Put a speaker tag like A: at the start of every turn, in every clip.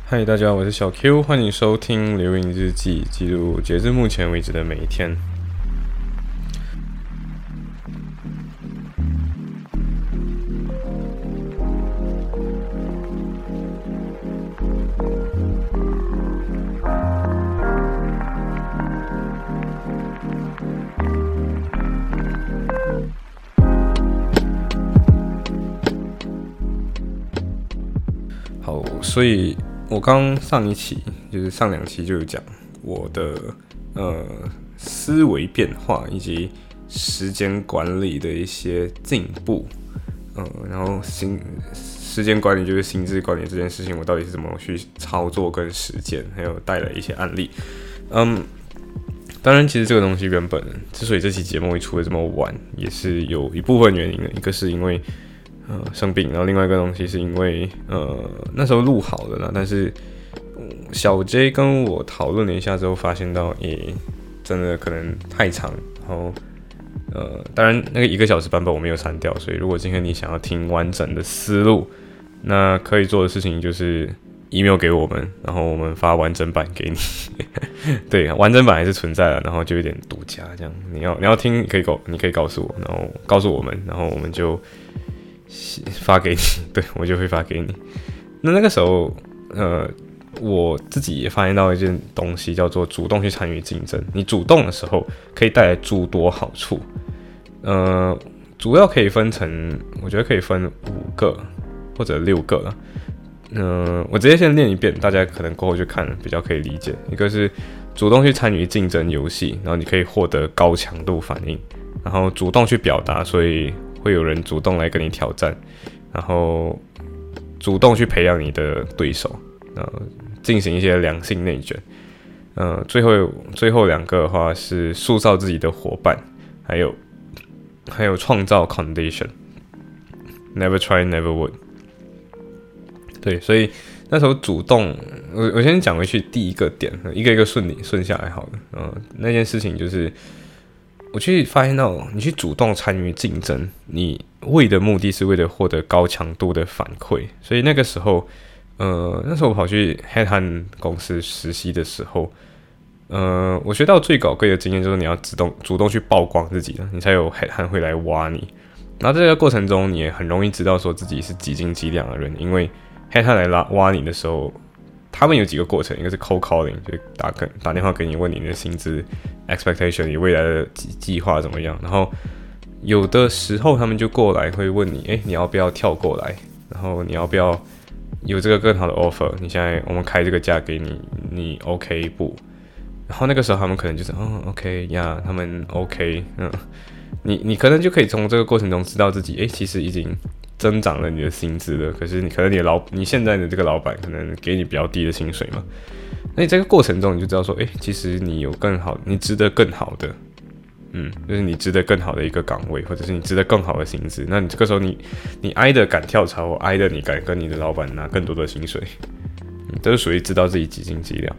A: 嗨，大家好，我是小 Q，欢迎收听流影日记，记录截至目前为止的每一天。好，所以我刚上一期就是上两期就有讲我的思维变化以及时间管理的一些进步，然后时间管理就是心智管理这件事情，我到底是怎么去操作跟实践，还有带来一些案例。当然，其实这个东西原本之所以这期节目会出的这么晚，也是有一部分原因的，一个是因为生病，然后另外一个东西是因为那时候录好了啦，但是小 J 跟我讨论了一下之后，发现到真的可能太长，然后当然那个1个小时版本我没有删掉，所以如果今天你想要听完整的思路，那可以做的事情就是 email 给我们，然后我们发完整版给你。对，完整版还是存在的，然后就有点独家这样。你要听，你可以告诉我，然后告诉我们，然后我们就发给你，对，我就会发给你。那个时候，我自己也发现到一件东西，叫做主动去参与竞争。你主动的时候，可以带来诸多好处。主要可以分成，我觉得可以分5个或者6个了。我直接先念一遍，大家可能过后去看比较可以理解。一个是主动去参与竞争游戏，然后你可以获得高强度反应，然后主动去表达，所以会有人主动来跟你挑战，然后主动去培养你的对手，进行一些良性内卷。最后2个的话是塑造自己的伙伴，还有创造 condition。Never try, never would。对，所以那时候主动，我先讲回去第一个点，一个一个顺下来好了。那件事情就是我去发现到，你去主动参与竞争，你为的目的是为了获得高强度的反馈。所以那个时候，那时候我跑去 Headhunt 公司实习的时候，我学到最宝贵的经验就是你要主动去曝光自己的，你才有 Headhunt 会来挖你。然后在这个过程中，你也很容易知道说自己是几斤几两的人，因为他来挖你的时候，他们有几个过程，一个是 cold calling， 就打电话给你，问你的薪资 expectation， 你未来的计划怎么样。然后有的时候他们就过来会问你，你要不要跳过来？然后你要不要有这个更好的 offer？ 你现在我们开这个价给你，你 OK 不？然后那个时候他们可能就是OK 呀，他们 OK，你可能就可以从这个过程中知道自己其实已经增长了你的薪资了，可是可能你现在的这个老板可能给你比较低的薪水嘛，那你这个过程中你就知道说，其实你有更好，你值得更好的，就是你值得更好的一个岗位，或者是你值得更好的薪资。那你这个时候你挨的敢跳槽，挨的你敢跟你的老板拿更多的薪水，这是属于知道自己几斤几两。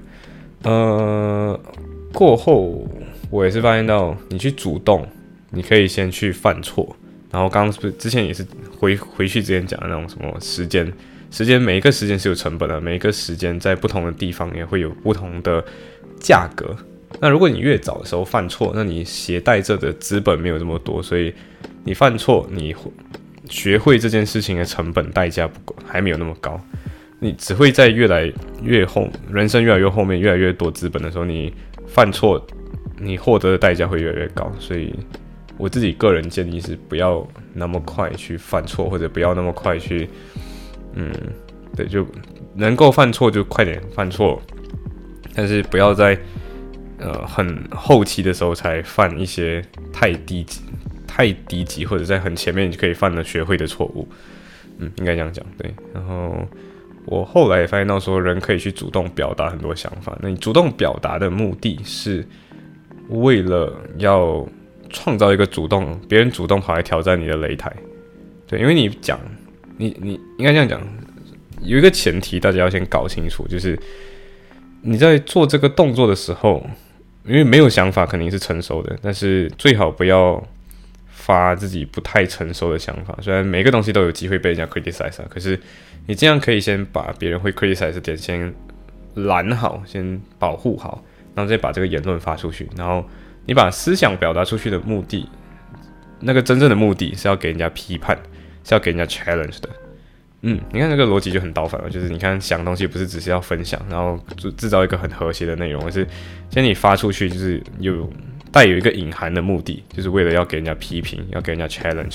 A: 过后我也是发现到，你去主动，你可以先去犯错。然后之前也是回去之前讲的那种什么时间每一个时间是有成本的，每一个时间在不同的地方也会有不同的价格。那如果你越早的时候犯错，那你携带着的资本没有这么多，所以你犯错，你学会这件事情的成本代价不够，还没有那么高。你只会在越来越后，人生越来越后面，越来越多资本的时候，你犯错，你获得的代价会越来越高。所以我自己个人建议是不要那么快去犯错，或者不要那么快去，对，就能够犯错就快点犯错，但是不要在很后期的时候才犯一些太低级或者在很前面你就可以犯了学会的错误，应该这样讲，对。然后我后来也发现到说，人可以去主动表达很多想法，那你主动表达的目的是为了要创造一个别人主动跑来挑战你的擂台，对，因为你应该这样讲，有一个前提大家要先搞清楚，就是你在做这个动作的时候，因为没有想法肯定是成熟的，但是最好不要发自己不太成熟的想法。虽然每个东西都有机会被人家 criticize 可是你这样可以先把别人会 criticize 的点先拦好，先保护好，然后再把这个言论发出去。然后你把思想表达出去的目的，那个真正的目的是要给人家批判，是要给人家 challenge 的。你看那个逻辑就很倒反了，就是你看想东西不是只是要分享，然后制造一个很和谐的内容，而是先你发出去就是带有一个隐含的目的，就是为了要给人家批评，要给人家 challenge。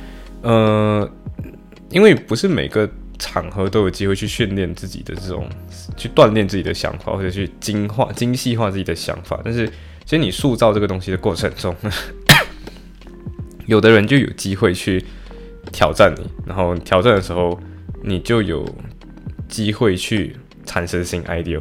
A: 因为不是每个场合都有机会去训练自己的这种，去锻炼自己的想法，或者去精细化自己的想法。但是其实你塑造这个东西的过程中，有的人就有机会去挑战你，然后挑战的时候，你就有机会去产生新 idea。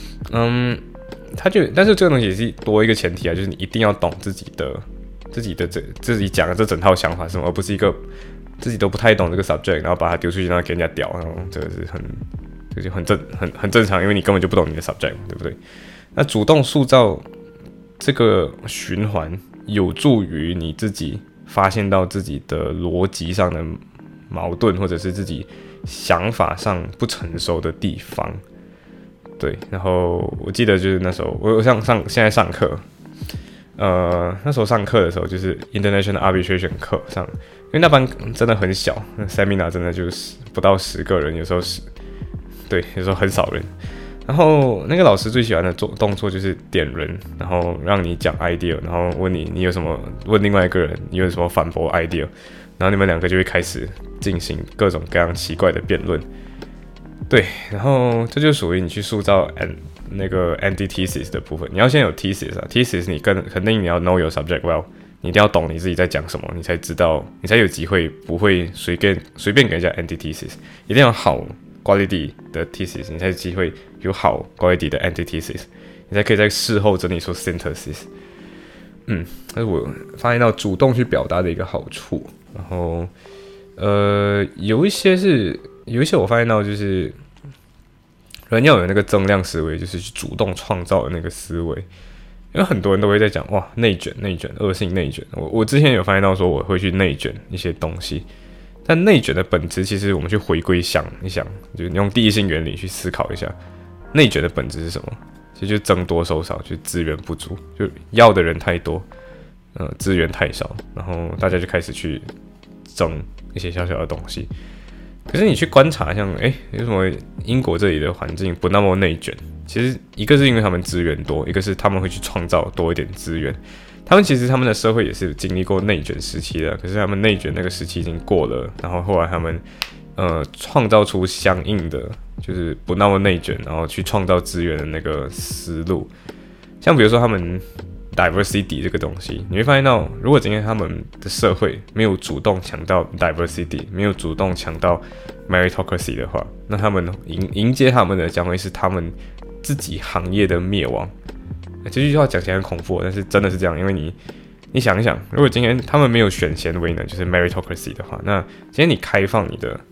A: 但是这个东西也是多一个前提啊，就是你一定要懂自己讲的这整套想法是什么，而不是一个自己都不太懂这个 subject， 然后把它丢出去，然后给人家屌，然后这个是很正常，因为你根本就不懂你的 subject， 对不对？那主动塑造这个循环，有助于你自己发现到自己的逻辑上的矛盾，或者是自己想法上不成熟的地方。对，然后我记得就是那时候我现在上课，那时候上课的时候就是 International Arbitration 课上，因为那班真的很小，那 seminar 真的就是不到10个人，有时候很少人。然后那个老师最喜欢的动作就是点人，然后让你讲 idea， 然后问你有什么，问另外一个人你有什么反驳 idea， 然后你们两个就会开始进行各种各样奇怪的辩论。对，然后这就属于你去塑造那个 antithesis 的部分。你要先有 thesis 啊 ，thesis 肯定你要 know your subject well， 你一定要懂你自己在讲什么，你才知道，你才有机会不会随便给人家 antithesis， 一定要好 quality 的 thesis， 你才有机会有好 quality 的 antithesis， 你才可以在事后整理出 synthesis。这是我发现到主动去表达的一个好处。然后有一些我发现到就是人要有那个增量思维，就是去主动创造的那个思维。因为很多人都会在讲哇内卷，恶性内卷。我之前有发现到说我会去内卷一些东西，但内卷的本质其实我们去回归想一想，就是你用第一性原理去思考一下，内卷的本质是什么？其实就是增多收少，就是资源不足，就要的人太多，资源太少，然后大家就开始去争一些小小的东西。可是你去观察像为什么英国这里的环境不那么内卷？其实一个是因为他们资源多，一个是他们会去创造多一点资源。他们的社会也是经历过内卷时期的，可是他们内卷那个时期已经过了，然后后来他们创造出相应的就是不那么内卷，然后去创造资源的那个思路。像比如说他们 diversity 这个东西，你会发现到，如果今天他们的社会没有主动强调 diversity， 没有主动强调 meritocracy 的话，那他们迎接他们的将会是他们自己行业的灭亡。这句话讲起来很恐怖，但是真的是这样，因为你想一想，如果今天他们没有选贤为能，就是 meritocracy 的话，那今天你开放你的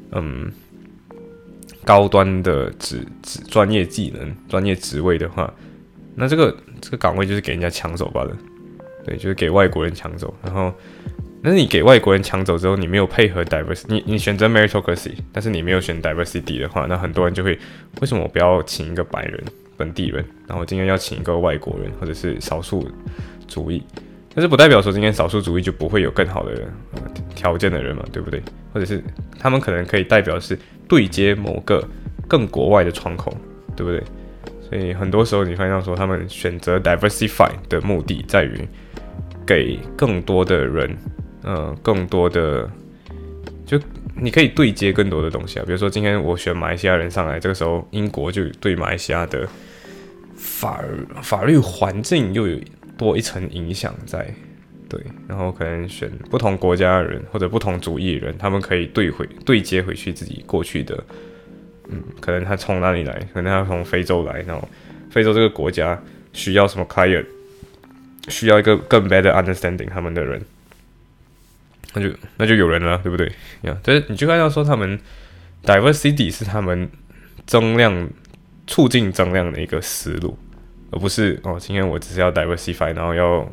A: 高端的专业技能、专业职位的话，那这个岗位就是给人家抢走罢了，对，就是给外国人抢走。然后，但是你给外国人抢走之后，你没有配合 diversity， 你选择 meritocracy， 但是你没有选 diversity 的话，那很多人就会，为什么我不要请一个白人、本地人，然后今天要请一个外国人或者是少数主义？但是不代表说今天少数主义就不会有更好的条件的人嘛，对不对？或者是他们可能可以代表是对接某个更国外的窗口，对不对？所以很多时候你发现到说，他们选择 diversify 的目的在于给更多的人，更多的，就你可以对接更多的东西啊。比如说今天我选马来西亚人上来，这个时候英国就对马来西亚的法律环境又有多一层影响在，对，然后可能选不同国家的人或者不同族裔的人，他们可以对接回去自己过去的。可能他从哪里来？可能他从非洲来，然后非洲这个国家需要什么 client， 需要一个更 better understanding 他们的人，那就有人了，对不对？就是你就看到说他们 diversity 是他们促进增量的一个思路，而不是今天我只是要 diversify， 然后要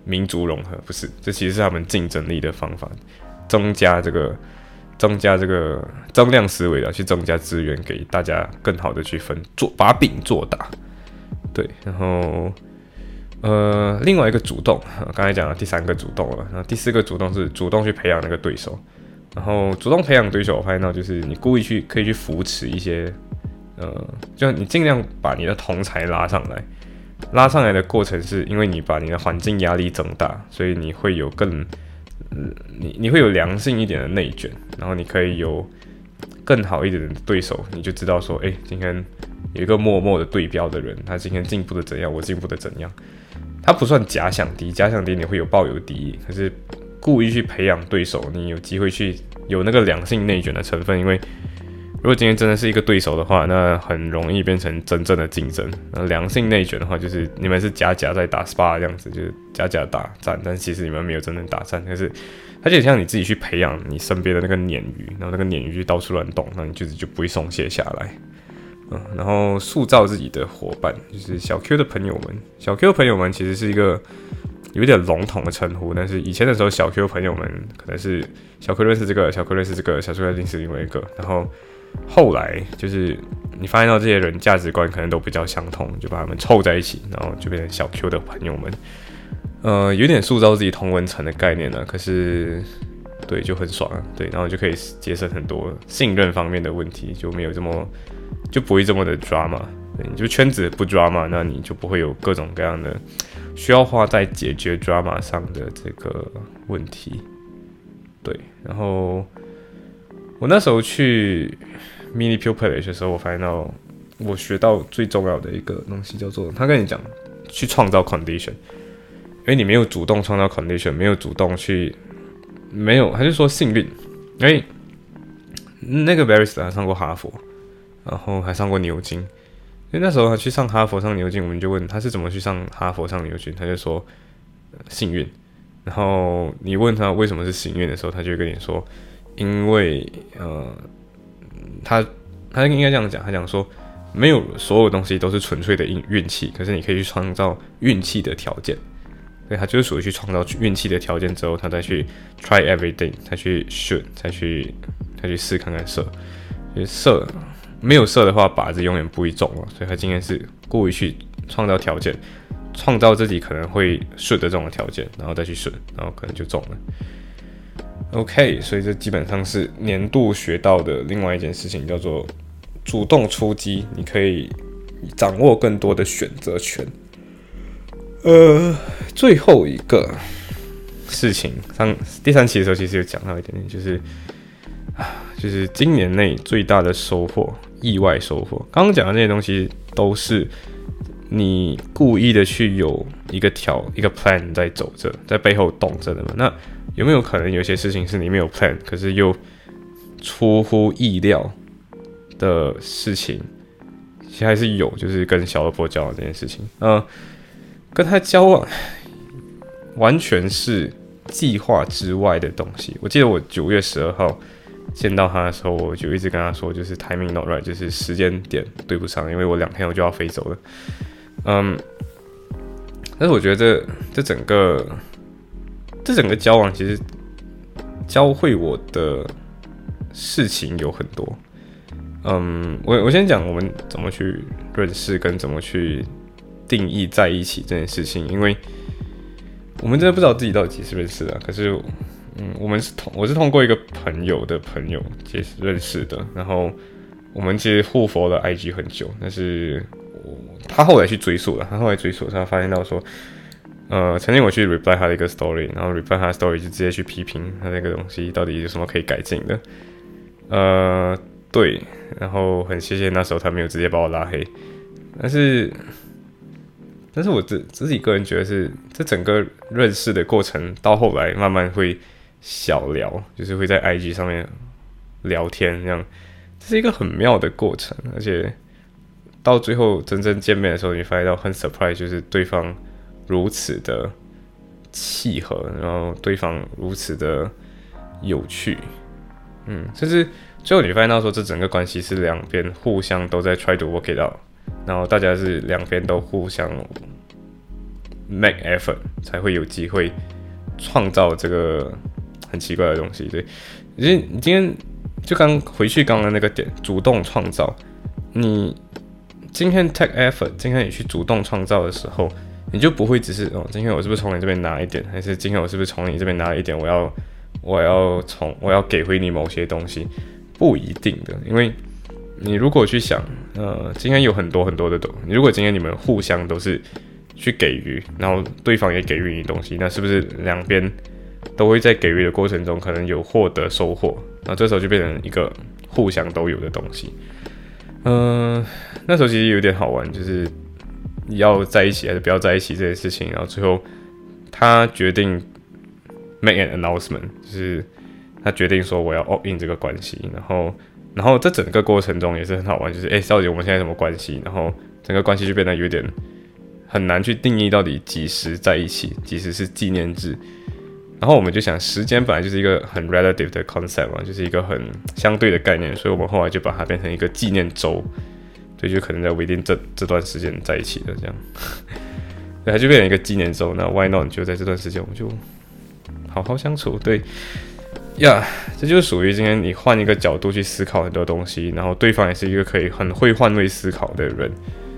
A: 民族融合，不是，这其实是他们竞争力的方法，增加这个增量思维的去增加资源给大家更好的去把饼做大。对，然后另外一个主动，刚才讲了第3个主动了，然后第4个主动是主动去培养那个对手。然后主动培养对手，我发现到就是你故意可以去扶持一些，就你尽量把你的同才拉上来。拉上来的过程是因为你把你的环境压力增大，所以你会有你会有良性一点的内卷，然后你可以有更好一点的对手，你就知道说，今天有一个默默的对标的人，他今天进步的怎样，我进步的怎样。他不算假想敌，假想敌你会有抱有敌意，可是故意去培养对手，你有机会去有那个良性内卷的成分，因为如果今天真的是一个对手的话，那很容易变成真正的竞争。那良性内卷的话，就是你们是假在打 SPA 这样子，就是假打战，但其实你们没有真正打战。可是它就像你自己去培养你身边的那个鲶鱼，然后那个鲶鱼就到处乱动，那你就不会松懈下来。然后塑造自己的伙伴，就是小 Q 的朋友们。小 Q 朋友们其实是一个有点笼统的称呼，但是以前的时候，小 Q 朋友们可能是小 Q 认识这个，小 Q 认识这个，小 Q 认识另外一个，然后后来就是你发现到这些人价值观可能都比较相同，就把他们凑在一起，然后就变成小 Q 的朋友们。有点塑造自己同温层的概念了，可是对就很爽啊，对，然后就可以节省很多信任方面的问题，就不会这么的 drama。你就圈子不 drama， 那你就不会有各种各样的需要花在解决 drama 上的这个问题。对，然后我那时候去 mini pure play 的时候，我发现到我学到最重要的一个东西叫做，他跟你讲去创造 condition， 因为你没有主动创造 condition， 没有主动去，没有，他就说幸运，因为那个 barista 他上过哈佛，然后还上过牛津。因为那时候他去上哈佛上牛津，我们就问他是怎么去上哈佛上牛津，他就说幸运。然后你问他为什么是幸运的时候，他就会跟你说，因为他应该这样讲，他讲说没有所有东西都是纯粹的运气，可是你可以去创造运气的条件。所以他就是属于去创造运气的条件之后，他再去 try everything， 再去 shoot， 再去试看看射，就是射。没有射的话，靶子永远不会中了。所以他今天是故意去创造条件，创造自己可能会顺的这种条件，然后再去顺，然后可能就中了。OK， 所以这基本上是年度学到的另外一件事情，叫做主动出击，你可以掌握更多的选择权。最后一个事情，第3期的时候其实有讲到一点点，就是今年内最大的收获，意外收获。刚刚讲的这些东西都是你故意的去有一个 plan 在走着，在背后动着的嘛。那有没有可能有些事情是你没有 plan， 可是又出乎意料的事情？其实还是有，就是跟小老婆交往这件事情。跟他交往完全是计划之外的东西。我记得我9月12号。见到他的时候，我就一直跟他说，就是 timing not right， 就是时间点对不上，因为我2天我就要飞走了。但是我觉得这整个交往其实教会我的事情有很多。我先讲我们怎么去认识跟怎么去定义在一起这件事情，因为我们真的不知道自己到底几时认识的，可是。我是通过一个朋友的朋友认识的，然后我们其实互佛了 IG 很久，但是他后来去追溯了，他发现到说，曾经我去 reply 他的一个 story， 然后 reply 他的 story 就直接去批评他那个东西到底有什么可以改进的，对，然后很谢谢那时候他没有直接把我拉黑，但是我自己个人觉得是这整个认识的过程到后来慢慢会。小聊就是会在 IG 上面聊天，这样这是一个很妙的过程，而且到最后真正见面的时候，你发现到很 surprise， 就是对方如此的契合，然后对方如此的有趣，甚至最后你发现到说，这整个关系是两边互相都在 try to work it out， 然后大家是两边都互相 make effort 才会有机会创造这个很奇怪的东西。对，就是你今天就回去刚刚那个点，主动创造。你今天 take effort， 今天你去主动创造的时候，你就不会只是今天我是不是从你这边拿一点，还是今天我是不是从你这边拿一点，我要给回你某些东西，不一定的，因为你如果去想，今天有很多很多的你如果今天你们互相都是去给予，然后对方也给予你东西，那是不是两边都会在给予的过程中可能有获得收获？那这时候就变成一个互相都有的东西。那时候其实有点好玩，就是要在一起还是不要在一起这件事情，然后最后他决定 make an announcement， 就是他决定说我要 all in 这个关系，然后这整个过程中也是很好玩，就是到底我们现在什么关系？然后整个关系就变得有点很难去定义到底几时在一起，几时是纪念日。然后我们就想，时间本来就是一个很 relative 的 concept 嘛，就是一个很相对的概念，所以我们后来就把它变成一个纪念周，对，就可能在within这段时间在一起的这样，对，它就变成一个纪念周。那 why not 就在这段时间我们就好好相处，对呀，这就是属于今天你换一个角度去思考很多东西，然后对方也是一个可以很会换位思考的人，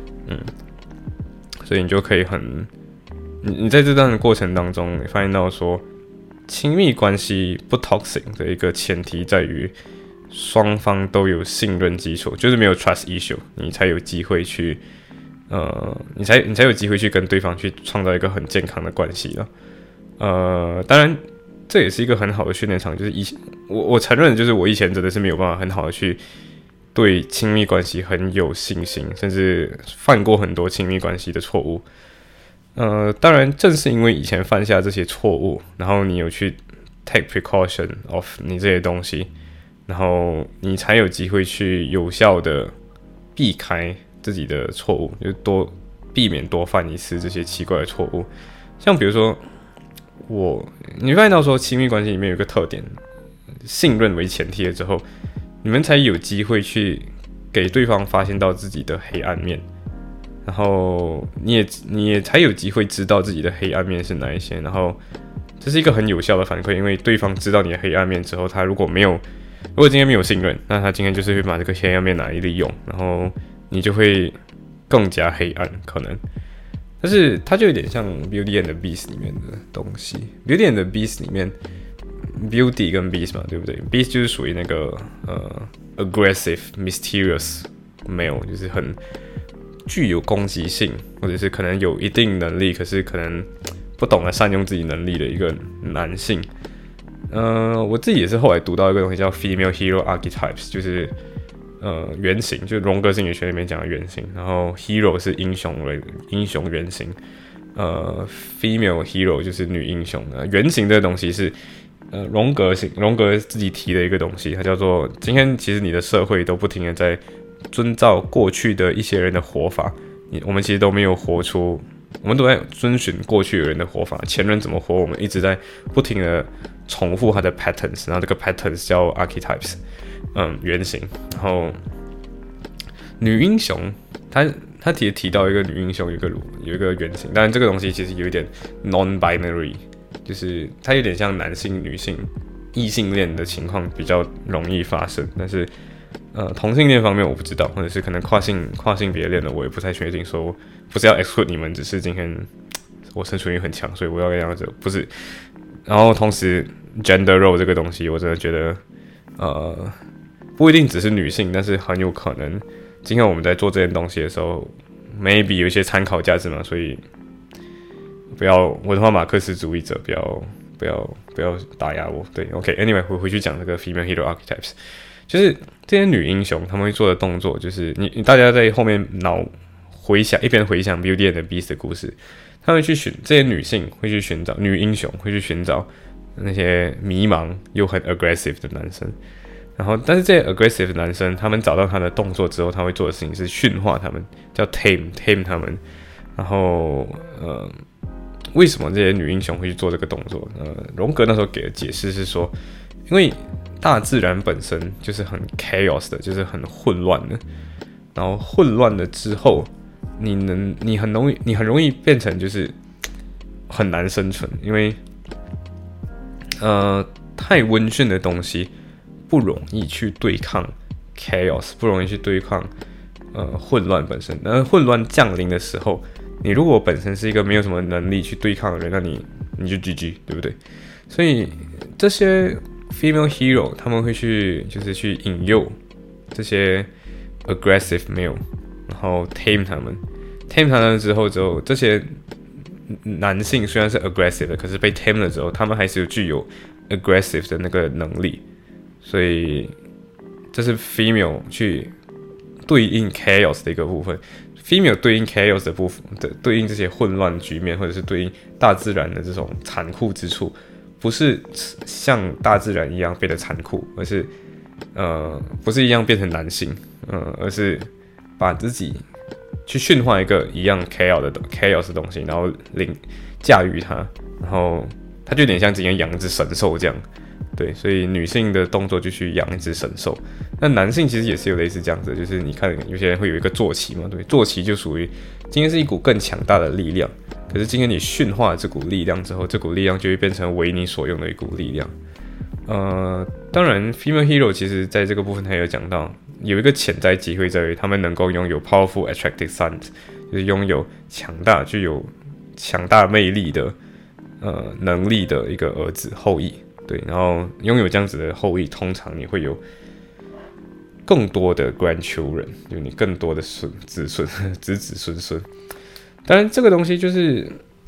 A: 所以你就可以你在这段过程当中，你发现到说，亲密关系不 toxic 的一个前提在于双方都有信任基础，就是没有 trust issue， 你才有机会去你才有机会去跟对方去创造一个很健康的关系了。当然这也是一个很好的训练场，就是我承认，就是我以前真的是没有办法很好的去对亲密关系很有信心，甚至犯过很多亲密关系的错误。当然正是因为以前犯下这些错误，然后你有去 take precaution of 你这些东西，然后你才有机会去有效的避开自己的错误，就避免多犯一次这些奇怪的错误。像比如说你发现到说亲密关系里面有一个特点，信任为前提了之后，你们才有机会去给对方发现到自己的黑暗面，然后你也才有机会知道自己的黑暗面是哪一些，然后这是一个很有效的反馈，因为对方知道你的黑暗面之后，他如果今天没有信任，那他今天就是会把这个黑暗面拿来利用，然后你就会更加黑暗可能。但是它就有点像 Beauty and the Beast 里面的东西。Beauty and the Beast 里面 ，Beauty 跟 Beast 嘛，对不对 ？Beast 就是属于那个aggressive, mysterious male， 就是很具有攻击性，或者是可能有一定能力，可是可能不懂得善用自己能力的一个男性。我自己也是后来读到一个东西叫 Female Hero Archetypes， 就是原型，就是荣格心理学里面讲的原型。然后 Hero 是英雄原型，Female Hero 就是女英雄。原型这个东西是荣格自己提的一个东西，它叫做今天其实你的社会都不停的在遵照过去的一些人的活法，我们其实都没有活出，我们都在遵循过去的人的活法，前人怎么活，我们一直在不停的重复它的 patterns， 然后这个 patterns 叫 archetypes， 原型。然后女英雄，他也提到一个女英雄有一个原型，当然这个东西其实有一点 non-binary， 就是它有点像男性、女性、异性恋的情况比较容易发生，但是同性恋方面我不知道，或者是可能跨性别恋的我也不太确定，说不是要 exclude 你们，只是今天我生存欲很强，所以我要这样子，不是。然后同时 gender role 这个东西，我真的觉得不一定只是女性，但是很有可能今天我们在做这件东西的时候 ，maybe 有一些参考价值嘛，所以不要我的话马克思主义者不要打压我。对 ，OK，anyway， 回去讲这个 female hero archetypes， 就是这些女英雄她们会做的动作，就是大家在后面一边回想 Beauty and the Beast 的故事，她们这些女性会去寻找女英雄，会去寻找那些迷茫又很 aggressive 的男生。然后，但是这些 aggressive 的男生，他们找到他的动作之后，他会做的事情是驯化他们，叫 tame 他们。然后，为什么这些女英雄会去做这个动作？荣格那时候给的解释是说，因为大自然本身就是很 chaos 的，就是很混乱的。然后混乱了之后，你很容易变成就是很难生存，因为太温驯的东西不容易去对抗 chaos， 不容易去对抗混乱本身。那混乱降临的时候，你如果本身是一个没有什么能力去对抗的人，那你就 GG， 对不对？所以这些 female hero 他们会去引诱这些 aggressive male， 然后 tame 他们之后，这些男性虽然是 aggressive 的，可是被 tame 了之后，他们还是具有 aggressive 的那个能力，所以这是 female 去对应 chaos 的一个部分。female 对应 chaos 的部分，对应这些混乱局面，或者是对应大自然的这种残酷之处，不是像大自然一样变得残酷，而是不是一样变成男性，而是把自己去驯化一个一样 chaos 的东西，然后驾驭它，然后它就有点像今天养一只神兽这样。对，所以女性的动作就去养一只神兽，那男性其实也是有类似这样子，就是你看有些人会有一个坐骑嘛，对，坐骑就属于今天是一股更强大的力量，可是今天你驯化了这股力量之后，这股力量就会变成为你所用的一股力量。当然 female hero 其实在这个部分他有讲到，有一个潜在机会在于他们能够拥有 powerful attractive sons， 就是拥有具有强大魅力的能力的一个儿子后裔。对，然后拥有这样子的后裔，通常你会有更多的 grandchildren， 就你更多的子孙。当然，这个东西就是，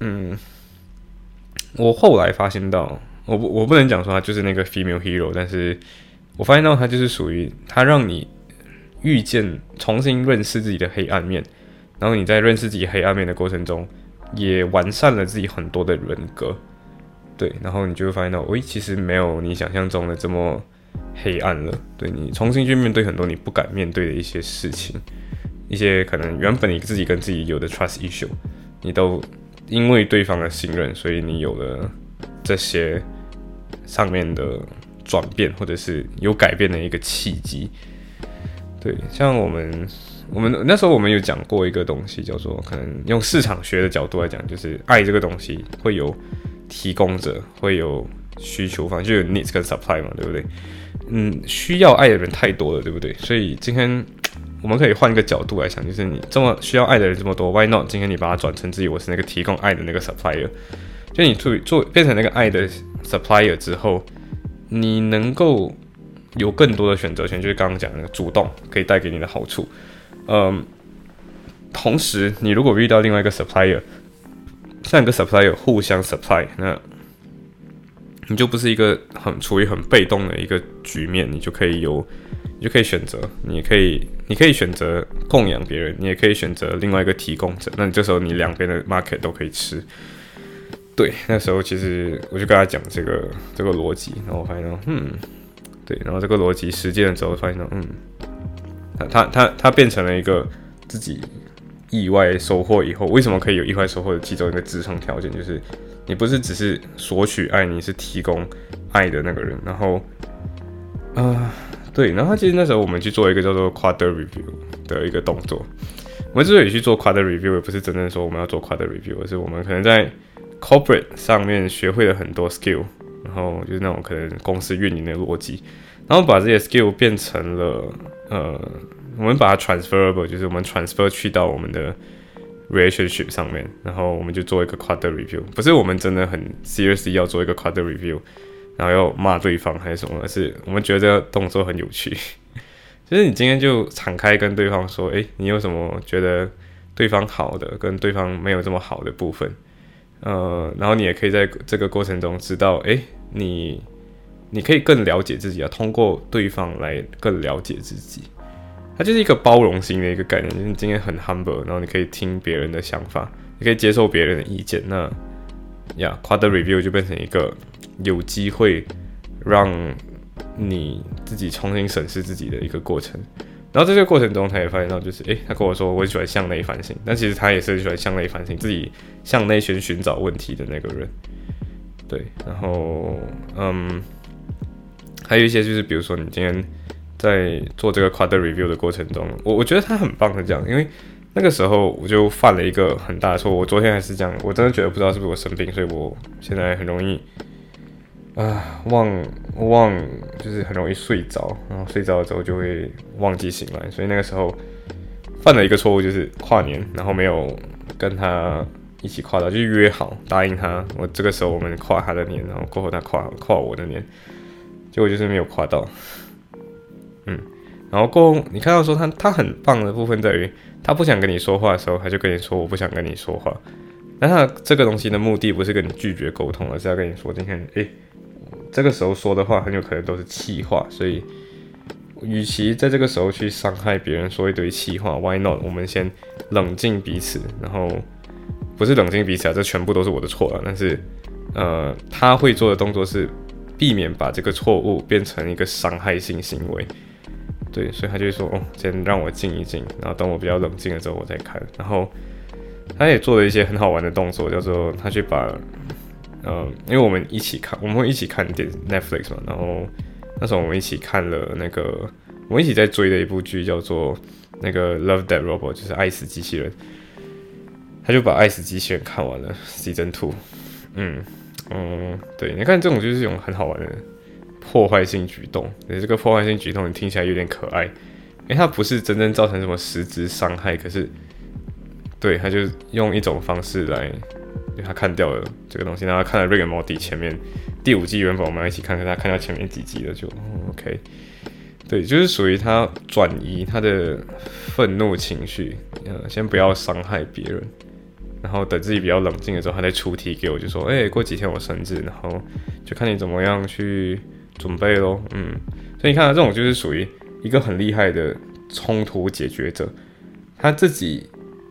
A: 我后来发现到，我不能讲说他就是那个 female hero， 但是我发现到他就是属于他让你重新认识自己的黑暗面，然后你在认识自己黑暗面的过程中，也完善了自己很多的人格。对，然后你就会发现到，其实没有你想象中的这么黑暗了。对，你重新去面对很多你不敢面对的一些事情，一些可能原本你自己跟自己有的 trust issue， 你都因为对方的信任，所以你有了这些上面的转变，或者是有改变的一个契机。对，像我们那时候我们有讲过一个东西，叫做可能用市场学的角度来讲，就是爱这个东西会有提供者，会有需求方，就有 needs 跟 supply 嘛，对不对？需要爱的人太多了，对不对？所以今天我们可以换一个角度来想，就是你这么需要爱的人这么多 ，Why not？ 今天你把它转成自己，我是那个提供爱的那个 supplier， 就你变成那个爱的 supplier 之后，你能够有更多的选择权，就是刚刚讲的主动可以带给你的好处。同时你如果遇到另外一个 supplier， 像一个 supplier 互相 supply， 那你就不是一个处于很被动的一个局面，你就可以选择，你可以选择供养别人，你也可以选择另外一个提供者，那你这时候你两边的 market 都可以吃。对，那时候其实我就跟他讲这个逻辑，然后我发现到，对，然后这个逻辑实践了之后，发现到，他变成了一个自己意外收获以后，为什么可以有意外收获的其中一个支撑条件，就是你不是只是索取爱，你是提供爱的那个人。然后，对，然后其实那时候我们去做一个叫做 quarter review 的一个动作。我们之所以去做 quarter review， 也不是真正说我们要做 quarter review， 而是我们可能在 corporate 上面学会了很多 skill， 然后就是那种可能公司运营的逻辑，然后把这些 skill 变成了我们把它 transferable， 就是我们 transfer 去到我们的 relationship 上面，然后我们就做一个 quarter review， 不是我们真的很 seriously 要做一个 quarter review， 然后要骂对方还是什么，而是我们觉得这个动作很有趣，就是你今天就敞开跟对方说，你有什么觉得对方好的，跟对方没有这么好的部分，然后你也可以在这个过程中知道，你可以更了解自己啊，通过对方来更了解自己。它就是一个包容心的一个概念，就是你今天很 humble， 然后你可以听别人的想法，你可以接受别人的意见。那quarter review 就变成一个有机会让你自己重新审视自己的一个过程。然后在这个过程中，他也发现到，就是他跟我说我很喜欢向内反省，但其实他也是很喜欢向内反省，自己向内寻找问题的那个人。对，然后还有一些就是比如说你今天在做这个 quarter review 的过程中，我觉得他很棒的这样，因为那个时候我就犯了一个很大的错误。我昨天还是这样，我真的觉得不知道是不是我生病，所以我现在很容易就是很容易睡着，然后睡着了之后就会忘记醒来。所以那个时候犯了一个错误，就是跨年，然后没有跟他一起跨到，就是约好答应他，我这个时候我们跨他的年，然后过后他跨我的年，结果就是没有跨到。然后过后你看到说他很棒的部分在于，他不想跟你说话的时候，他就跟你说我不想跟你说话。但他这个东西的目的不是跟你拒绝沟通，而是要跟你说今天这个时候说的话很有可能都是气话，所以与其在这个时候去伤害别人，说一堆气话 ，Why not？ 我们先冷静彼此，然后不是冷静彼此啊，这全部都是我的错了。但是他会做的动作是避免把这个错误变成一个伤害性行为。对，所以他就会说先让我静一静，然后等我比较冷静了之后我再看。然后他也做了一些很好玩的动作，叫做他去把因为我们一起看，我们会一起看Netflix 嘛，然后那时候我们一起看了我们一起在追的一部剧叫做那个 Love Death Robot， 就是爱死机器人。他就把爱死机器人看完了 Season 2。对，你看这种就是一种很好玩的破坏性举动，这个破坏性举动你听起来有点可爱，它不是真正造成什么实质伤害，可是对，他就用一种方式来，因为他看掉了这个东西，然后他看了《Rick and Morty》前面第5季，原本我们要一起看，可是他看到前面几集了就OK。对，就是属于他转移他的愤怒情绪，先不要伤害别人，然后等自己比较冷静的时候，他再出题给我，就说，过几天我生日，然后就看你怎么样去准备咯。所以你看这种就是属于一个很厉害的冲突解决者，他自己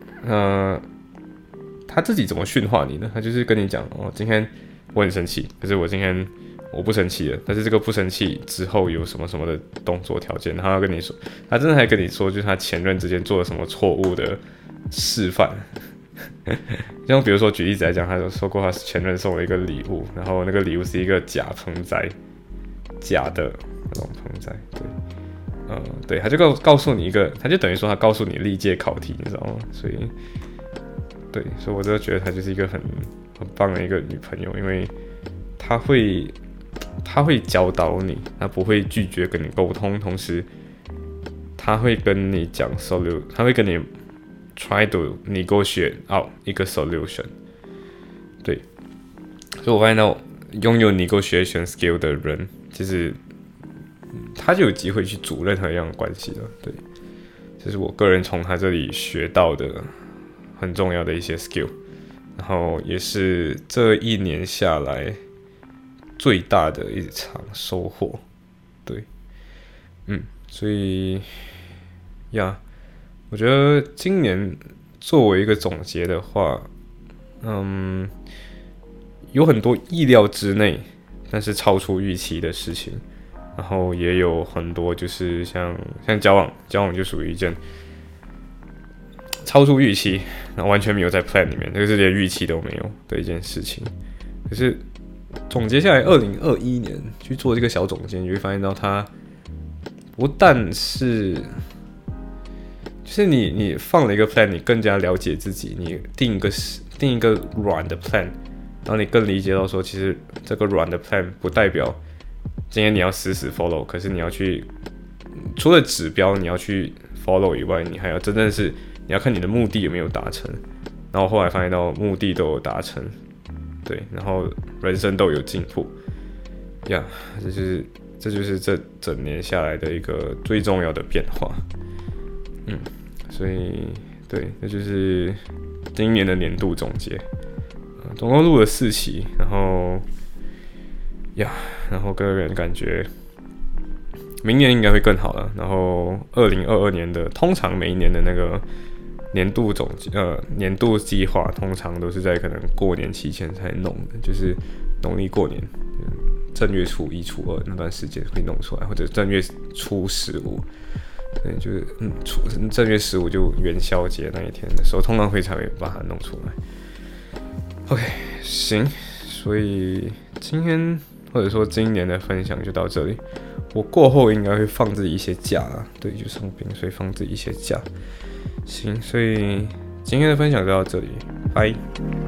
A: 怎么驯化你呢？他就是跟你讲，今天我很生气，可是我今天我不生气了，但是这个不生气之后有什么什么的动作条件，他要跟你说，他真的还跟你说，就是他前任之间做了什么错误的示范。像比如说举例子来讲，他有说过他前任送了一个礼物，然后那个礼物是一个假盆栽，假的那种盆栽，对，对，他就告诉你一个，他就等于说他告诉你历届考题，你知道吗？所以，对，所以我就觉得他就是一个很棒的一个女朋友，因为他会教导你，他不会拒绝跟你沟通，同时他会跟你讲 solution， 他会跟你 try to negotiate out 一个 solution。对，所以我发现到拥有 negotiation skill 的人，其实他就有机会去组任何一样的关系了。对，这是我个人从他这里学到的很重要的一些 skill， 然后也是这1年下来最大的一场收获。对，所以我觉得今年作为一个总结的话，有很多意料之内，但是超出预期的事情，然后也有很多就是像交往就属于一件超出预期，然后完全没有在 plan 里面，这个是连预期都没有的一件事情。可是总结下来，2021年去做这个小总结，你就会发现到它不但是就是你放了一个 plan， 你更加了解自己，你定一个软的 plan， 然后你更理解到说，其实这个软的 plan 不代表今天你要死 follow， 可是你要去除了指标你要去 follow 以外，你还要真正是你要看你的目的有没有达成。然后后来发现到目的都有达成，对，然后人生都有进步，这就是这整年下来的一个最重要的变化。所以对，这就是今年的年度总结。总共录了4期，然后个人感觉明年应该会更好了。然后2022年的，通常每一年的那个年度总结，年度计划通常都是在可能过年期前才弄的，就是农历过年，正月初1、初2那段时间会弄出来，或者正月初15。对，就是正月15就元宵节那一天的时候，通常才会把它弄出来。OK， 行，所以今天或者说今年的分享就到这里。我过后应该会放自己一些假啦，对，就生病，所以放自己一些假。 行，所以今天的分享就到这里，拜。